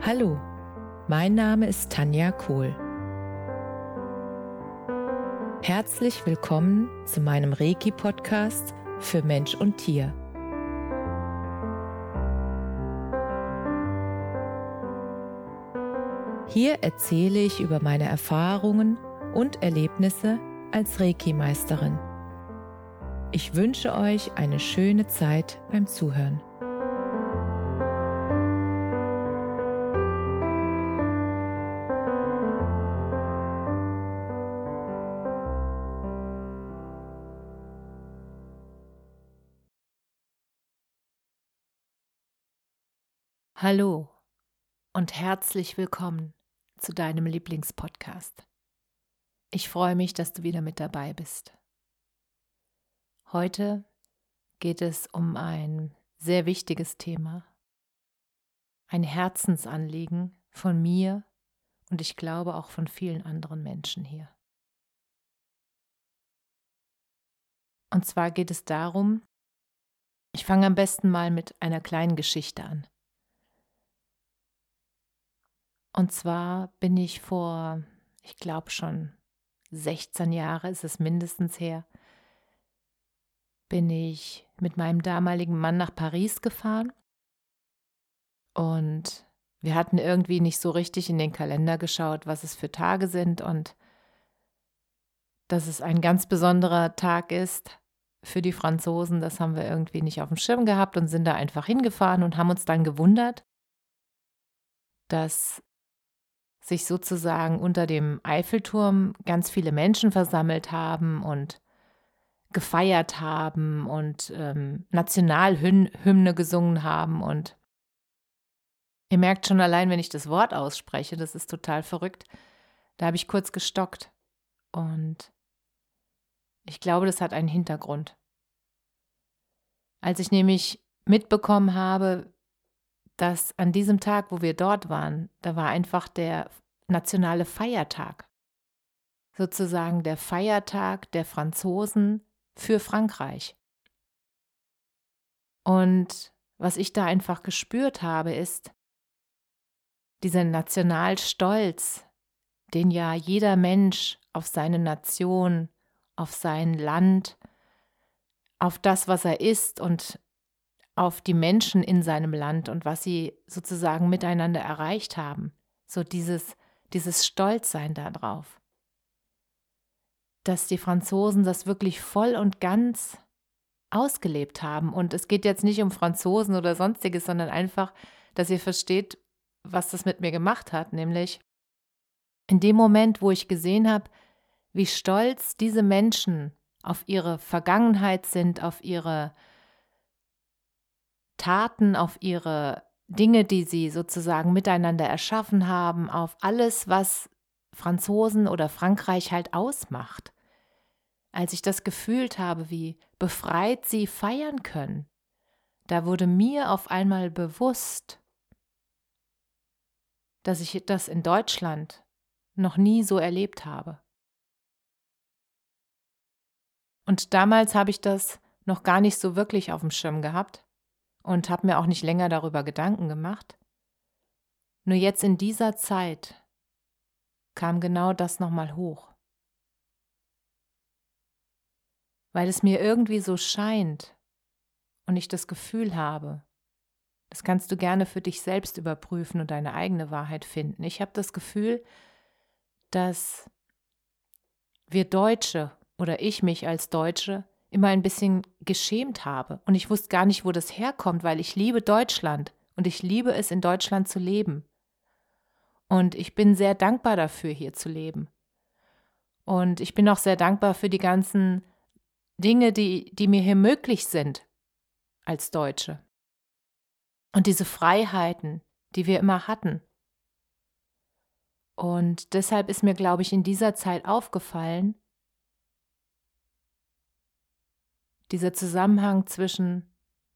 Hallo, mein Name ist Tanja Kohl. Herzlich willkommen zu meinem Reiki-Podcast für Mensch und Tier. Hier erzähle ich über meine Erfahrungen und Erlebnisse als Reiki-Meisterin. Ich wünsche euch eine schöne Zeit beim Zuhören. Hallo und herzlich willkommen zu deinem Lieblingspodcast. Ich freue mich, dass du wieder mit dabei bist. Heute geht es um ein sehr wichtiges Thema, ein Herzensanliegen von mir und ich glaube auch von vielen anderen Menschen hier. Und zwar geht es darum, ich fange am besten mal mit einer kleinen Geschichte an. Und zwar bin ich vor, ich glaube schon 16 Jahre ist es mindestens her, bin ich mit meinem damaligen Mann nach Paris gefahren und wir hatten irgendwie nicht so richtig in den Kalender geschaut, was es für Tage sind und dass es ein ganz besonderer Tag ist für die Franzosen, das haben wir irgendwie nicht auf dem Schirm gehabt und sind da einfach hingefahren und haben uns dann gewundert, dass sich sozusagen unter dem Eiffelturm ganz viele Menschen versammelt haben und gefeiert haben und Nationalhymne gesungen haben. Und ihr merkt schon allein, wenn ich das Wort ausspreche, das ist total verrückt, da habe ich kurz gestockt. Und ich glaube, das hat einen Hintergrund. Als ich nämlich mitbekommen habe, dass an diesem Tag, wo wir dort waren, da war einfach der nationale Feiertag. Sozusagen der Feiertag der Franzosen für Frankreich. Und was ich da einfach gespürt habe, ist dieser Nationalstolz, den ja jeder Mensch auf seine Nation, auf sein Land, auf das, was er ist und auf die Menschen in seinem Land und was sie sozusagen miteinander erreicht haben. So dieses Stolzsein darauf. Dass die Franzosen das wirklich voll und ganz ausgelebt haben. Und es geht jetzt nicht um Franzosen oder Sonstiges, sondern einfach, dass ihr versteht, was das mit mir gemacht hat. Nämlich in dem Moment, wo ich gesehen habe, wie stolz diese Menschen auf ihre Vergangenheit sind, auf ihre Taten, auf ihre Dinge, die sie sozusagen miteinander erschaffen haben, auf alles, was Franzosen oder Frankreich halt ausmacht. Als ich das gefühlt habe, wie befreit sie feiern können, da wurde mir auf einmal bewusst, dass ich das in Deutschland noch nie so erlebt habe. Und damals habe ich das noch gar nicht so wirklich auf dem Schirm gehabt und habe mir auch nicht länger darüber Gedanken gemacht. Nur jetzt in dieser Zeit kam genau das nochmal hoch. Weil es mir irgendwie so scheint und ich das Gefühl habe, das kannst du gerne für dich selbst überprüfen und deine eigene Wahrheit finden. Ich habe das Gefühl, dass wir Deutsche oder ich mich als Deutsche immer ein bisschen geschämt habe. Und ich wusste gar nicht, wo das herkommt, weil ich liebe Deutschland und ich liebe es, in Deutschland zu leben. Und ich bin sehr dankbar dafür, hier zu leben. Und ich bin auch sehr dankbar für die ganzen Dinge, die mir hier möglich sind als Deutsche. Und diese Freiheiten, die wir immer hatten. Und deshalb ist mir, glaube ich, in dieser Zeit aufgefallen, dieser Zusammenhang zwischen,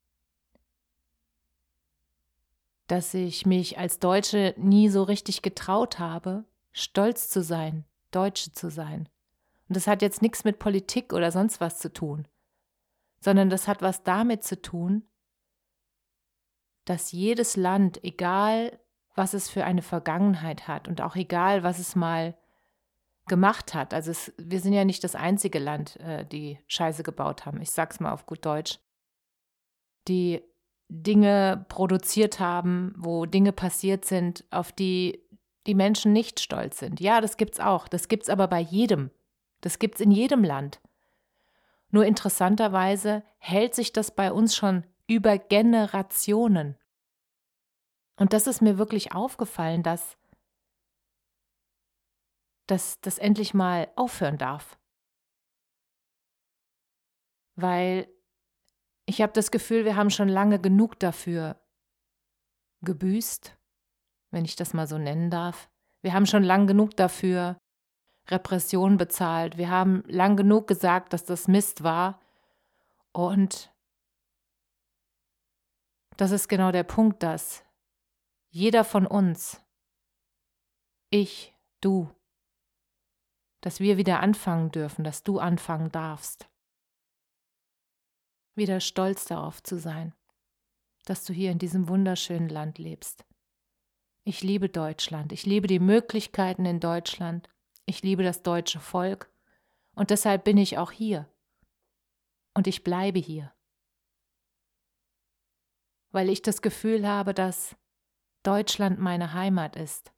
dass ich mich als Deutsche nie so richtig getraut habe, stolz zu sein, Deutsche zu sein. Und das hat jetzt nichts mit Politik oder sonst was zu tun, sondern das hat was damit zu tun, dass jedes Land, egal was es für eine Vergangenheit hat und auch egal, was es mal gemacht hat. Also wir sind ja nicht das einzige Land, die Scheiße gebaut haben. Ich sag's mal auf gut Deutsch. Die Dinge produziert haben, wo Dinge passiert sind, auf die die Menschen nicht stolz sind. Ja, das gibt's auch. Das gibt's aber bei jedem. Das gibt's in jedem Land. Nur interessanterweise hält sich das bei uns schon über Generationen. Und das ist mir wirklich aufgefallen, dass das endlich mal aufhören darf. Weil ich habe das Gefühl, wir haben schon lange genug dafür gebüßt, wenn ich das mal so nennen darf. Wir haben schon lang genug dafür Repression bezahlt. Wir haben lang genug gesagt, dass das Mist war. Und das ist genau der Punkt, dass jeder von uns, ich, du, dass wir wieder anfangen dürfen, dass du anfangen darfst, wieder stolz darauf zu sein, dass du hier in diesem wunderschönen Land lebst. Ich liebe Deutschland, ich liebe die Möglichkeiten in Deutschland, ich liebe das deutsche Volk und deshalb bin ich auch hier und ich bleibe hier, weil ich das Gefühl habe, dass Deutschland meine Heimat ist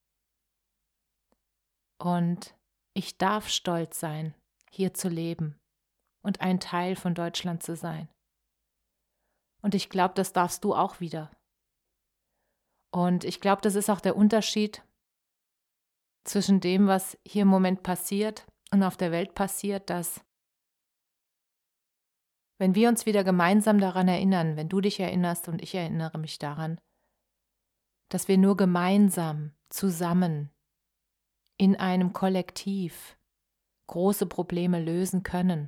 und ich darf stolz sein, hier zu leben und ein Teil von Deutschland zu sein. Und ich glaube, das darfst du auch wieder. Und ich glaube, das ist auch der Unterschied zwischen dem, was hier im Moment passiert und auf der Welt passiert, dass wenn wir uns wieder gemeinsam daran erinnern, wenn du dich erinnerst und ich erinnere mich daran, dass wir nur gemeinsam, zusammen, in einem Kollektiv große Probleme lösen können.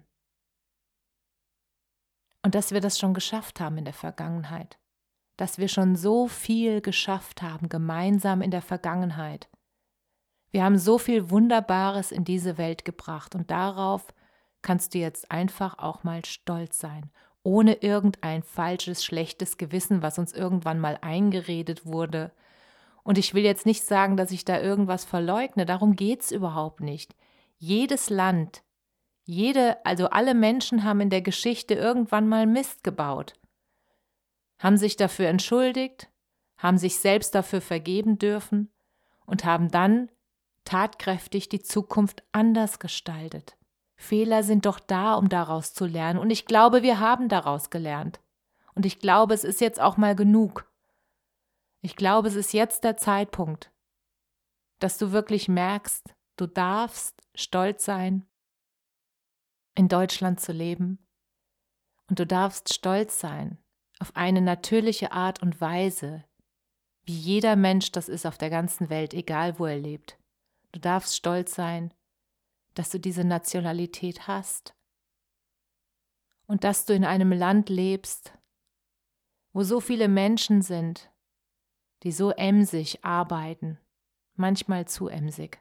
Und dass wir das schon geschafft haben in der Vergangenheit. Dass wir schon so viel geschafft haben, gemeinsam in der Vergangenheit. Wir haben so viel Wunderbares in diese Welt gebracht und darauf kannst du jetzt einfach auch mal stolz sein, ohne irgendein falsches, schlechtes Gewissen, was uns irgendwann mal eingeredet wurde. Und ich will jetzt nicht sagen, dass ich da irgendwas verleugne, darum geht's überhaupt nicht. Jedes Land, also alle Menschen haben in der Geschichte irgendwann mal Mist gebaut, haben sich dafür entschuldigt, haben sich selbst dafür vergeben dürfen und haben dann tatkräftig die Zukunft anders gestaltet. Fehler sind doch da, um daraus zu lernen und ich glaube, wir haben daraus gelernt. Und ich glaube, es ist jetzt auch mal genug. Ich glaube, es ist jetzt der Zeitpunkt, dass du wirklich merkst, du darfst stolz sein, in Deutschland zu leben und du darfst stolz sein auf eine natürliche Art und Weise, wie jeder Mensch das ist auf der ganzen Welt, egal wo er lebt. Du darfst stolz sein, dass du diese Nationalität hast und dass du in einem Land lebst, wo so viele Menschen sind, die so emsig arbeiten, manchmal zu emsig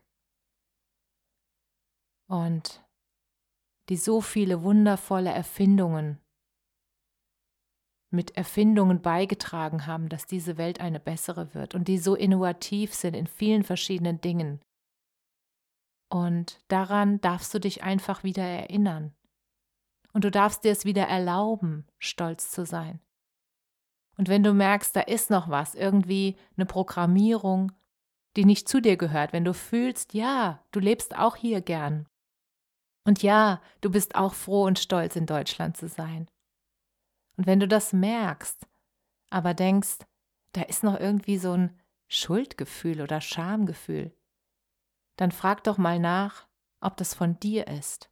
und die so viele wundervolle Erfindungen mit Erfindungen beigetragen haben, dass diese Welt eine bessere wird und die so innovativ sind in vielen verschiedenen Dingen. Und daran darfst du dich einfach wieder erinnern. Und du darfst dir es wieder erlauben, stolz zu sein. Und wenn du merkst, da ist noch was, irgendwie eine Programmierung, die nicht zu dir gehört, wenn du fühlst, ja, du lebst auch hier gern. Und ja, du bist auch froh und stolz, in Deutschland zu sein. Und wenn du das merkst, aber denkst, da ist noch irgendwie so ein Schuldgefühl oder Schamgefühl, dann frag doch mal nach, ob das von dir ist.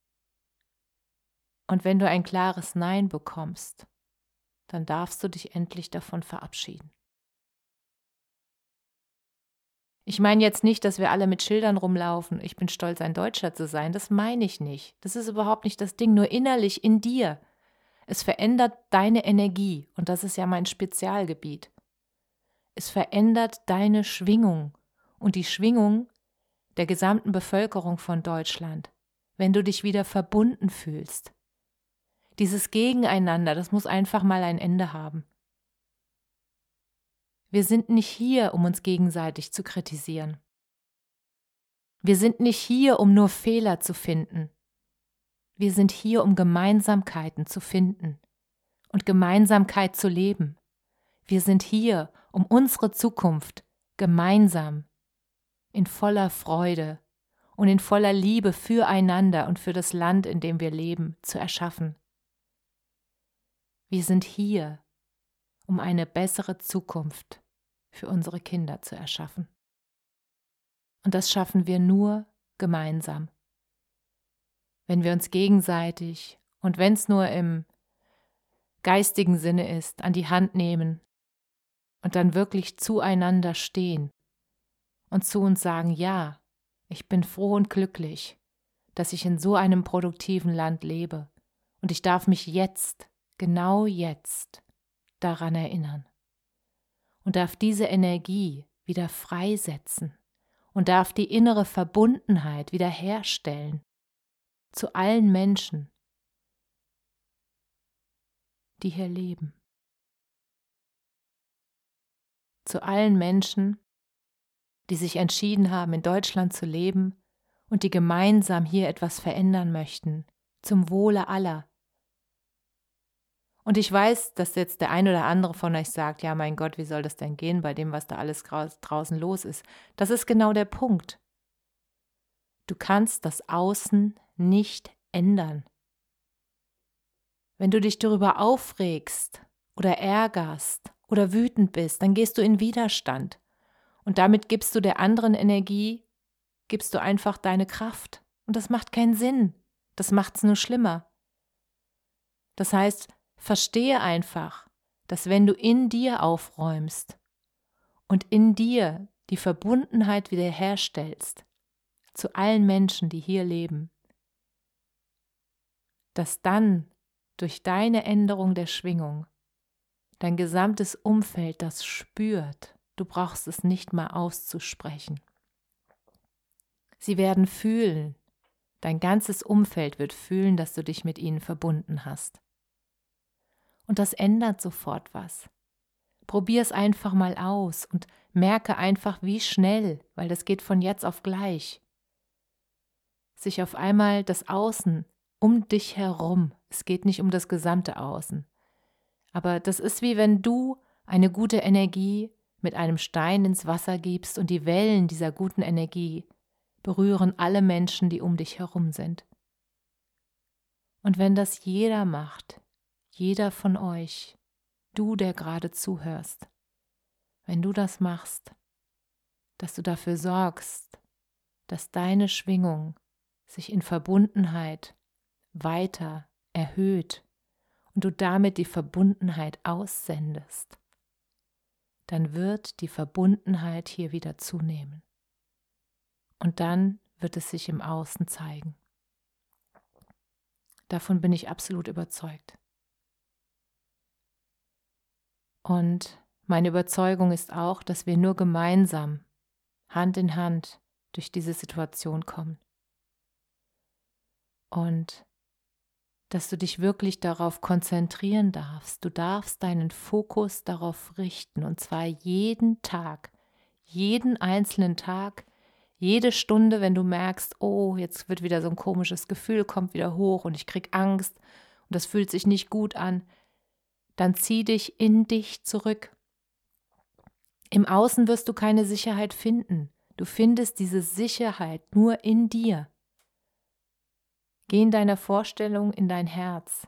Und wenn du ein klares Nein bekommst, dann darfst du dich endlich davon verabschieden. Ich meine jetzt nicht, dass wir alle mit Schildern rumlaufen, ich bin stolz, ein Deutscher zu sein, das meine ich nicht. Das ist überhaupt nicht das Ding, nur innerlich in dir. Es verändert deine Energie und das ist ja mein Spezialgebiet. Es verändert deine Schwingung und die Schwingung der gesamten Bevölkerung von Deutschland, wenn du dich wieder verbunden fühlst. Dieses Gegeneinander, das muss einfach mal ein Ende haben. Wir sind nicht hier, um uns gegenseitig zu kritisieren. Wir sind nicht hier, um nur Fehler zu finden. Wir sind hier, um Gemeinsamkeiten zu finden und Gemeinsamkeit zu leben. Wir sind hier, um unsere Zukunft gemeinsam in voller Freude und in voller Liebe füreinander und für das Land, in dem wir leben, zu erschaffen. Wir sind hier, um eine bessere Zukunft für unsere Kinder zu erschaffen. Und das schaffen wir nur gemeinsam. Wenn wir uns gegenseitig und wenn es nur im geistigen Sinne ist, an die Hand nehmen und dann wirklich zueinander stehen und zu uns sagen, ja, ich bin froh und glücklich, dass ich in so einem produktiven Land lebe und ich darf mich jetzt, genau jetzt, daran erinnern und darf diese Energie wieder freisetzen und darf die innere Verbundenheit wiederherstellen zu allen Menschen, die hier leben. Zu allen Menschen, die sich entschieden haben, in Deutschland zu leben und die gemeinsam hier etwas verändern möchten, zum Wohle aller. Und ich weiß, dass jetzt der ein oder andere von euch sagt, ja mein Gott, wie soll das denn gehen bei dem, was da alles draußen los ist? Das ist genau der Punkt. Du kannst das Außen nicht ändern. Wenn du dich darüber aufregst oder ärgerst oder wütend bist, dann gehst du in Widerstand. Und damit gibst du der anderen Energie, gibst du einfach deine Kraft. Und das macht keinen Sinn. Das macht es nur schlimmer. Das heißt, verstehe einfach, dass wenn du in dir aufräumst und in dir die Verbundenheit wiederherstellst zu allen Menschen, die hier leben, dass dann durch deine Änderung der Schwingung dein gesamtes Umfeld das spürt. Du brauchst es nicht mal auszusprechen. Sie werden fühlen, dein ganzes Umfeld wird fühlen, dass du dich mit ihnen verbunden hast. Und das ändert sofort was. Probier es einfach mal aus und merke einfach, wie schnell, weil das geht von jetzt auf gleich, sich auf einmal das Außen um dich herum, es geht nicht um das gesamte Außen, aber das ist wie wenn du eine gute Energie mit einem Stein ins Wasser gibst und die Wellen dieser guten Energie berühren alle Menschen, die um dich herum sind. Und wenn das jeder macht, jeder von euch, du, der gerade zuhörst, wenn du das machst, dass du dafür sorgst, dass deine Schwingung sich in Verbundenheit weiter erhöht und du damit die Verbundenheit aussendest, dann wird die Verbundenheit hier wieder zunehmen. Und dann wird es sich im Außen zeigen. Davon bin ich absolut überzeugt. Und meine Überzeugung ist auch, dass wir nur gemeinsam, Hand in Hand, durch diese Situation kommen. Und dass du dich wirklich darauf konzentrieren darfst. Du darfst deinen Fokus darauf richten, und zwar jeden Tag, jeden einzelnen Tag, jede Stunde, wenn du merkst, oh, jetzt wird wieder so ein komisches Gefühl, kommt wieder hoch und ich krieg Angst und das fühlt sich nicht gut an, dann zieh dich in dich zurück. Im Außen wirst du keine Sicherheit finden. Du findest diese Sicherheit nur in dir. Geh in deiner Vorstellung in dein Herz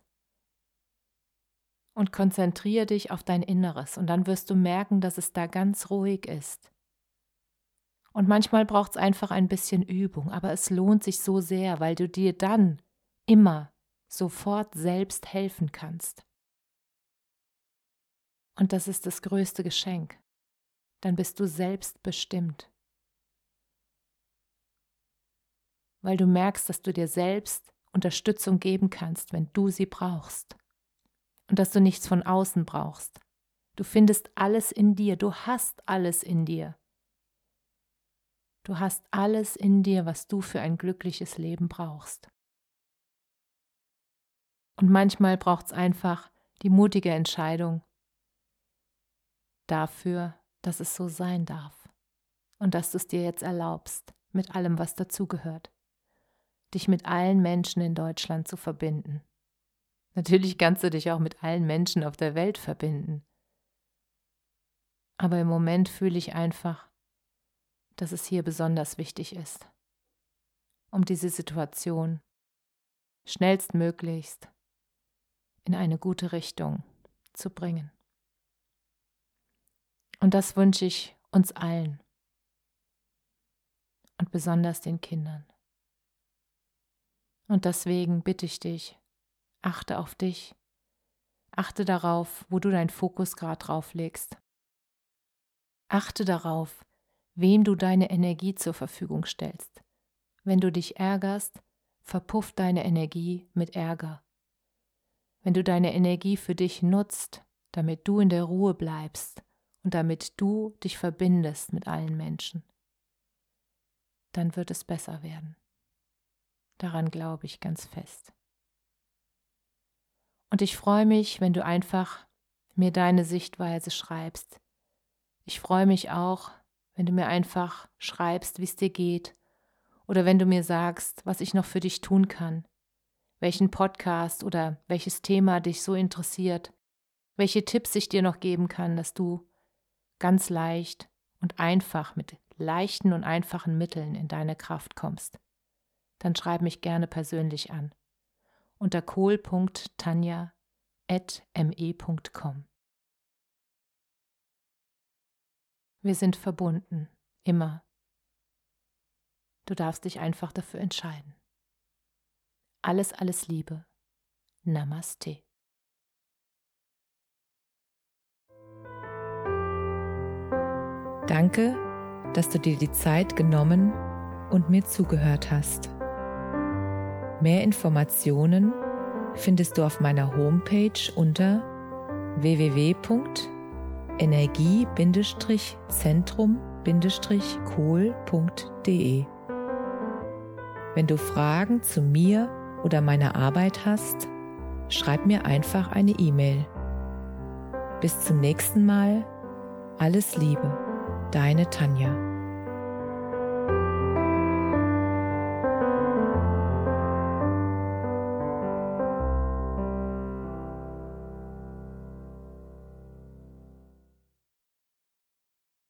und konzentriere dich auf dein Inneres und dann wirst du merken, dass es da ganz ruhig ist. Und manchmal braucht es einfach ein bisschen Übung, aber es lohnt sich so sehr, weil du dir dann immer sofort selbst helfen kannst. Und das ist das größte Geschenk. Dann bist du selbstbestimmt. Weil du merkst, dass du dir selbst Unterstützung geben kannst, wenn du sie brauchst. Und dass du nichts von außen brauchst. Du findest alles in dir, du hast alles in dir. Du hast alles in dir, was du für ein glückliches Leben brauchst. Und manchmal braucht es einfach die mutige Entscheidung dafür, dass es so sein darf und dass du es dir jetzt erlaubst, mit allem, was dazugehört, dich mit allen Menschen in Deutschland zu verbinden. Natürlich kannst du dich auch mit allen Menschen auf der Welt verbinden. Aber im Moment fühle ich einfach, dass es hier besonders wichtig ist, um diese Situation schnellstmöglichst in eine gute Richtung zu bringen. Und das wünsche ich uns allen und besonders den Kindern. Und deswegen bitte ich dich, achte auf dich, achte darauf, wo du deinen Fokus gerade drauf legst. Achte darauf, wem du deine Energie zur Verfügung stellst. Wenn du dich ärgerst, verpufft deine Energie mit Ärger. Wenn du deine Energie für dich nutzt, damit du in der Ruhe bleibst und damit du dich verbindest mit allen Menschen, dann wird es besser werden. Daran glaube ich ganz fest. Und ich freue mich, wenn du einfach mir deine Sichtweise schreibst. Ich freue mich auch, wenn du mir einfach schreibst, wie es dir geht, oder wenn du mir sagst, was ich noch für dich tun kann, welchen Podcast oder welches Thema dich so interessiert, welche Tipps ich dir noch geben kann, dass du ganz leicht und einfach mit leichten und einfachen Mitteln in deine Kraft kommst. Dann schreib mich gerne persönlich an unter kohl.tanja@me.com. Wir sind verbunden, immer. Du darfst dich einfach dafür entscheiden. Alles, alles Liebe. Namaste. Danke, dass du dir die Zeit genommen und mir zugehört hast. Mehr Informationen findest du auf meiner Homepage unter www.energie-zentrum-kohl.de. Wenn du Fragen zu mir oder meiner Arbeit hast, schreib mir einfach eine E-Mail. Bis zum nächsten Mal. Alles Liebe, deine Tanja.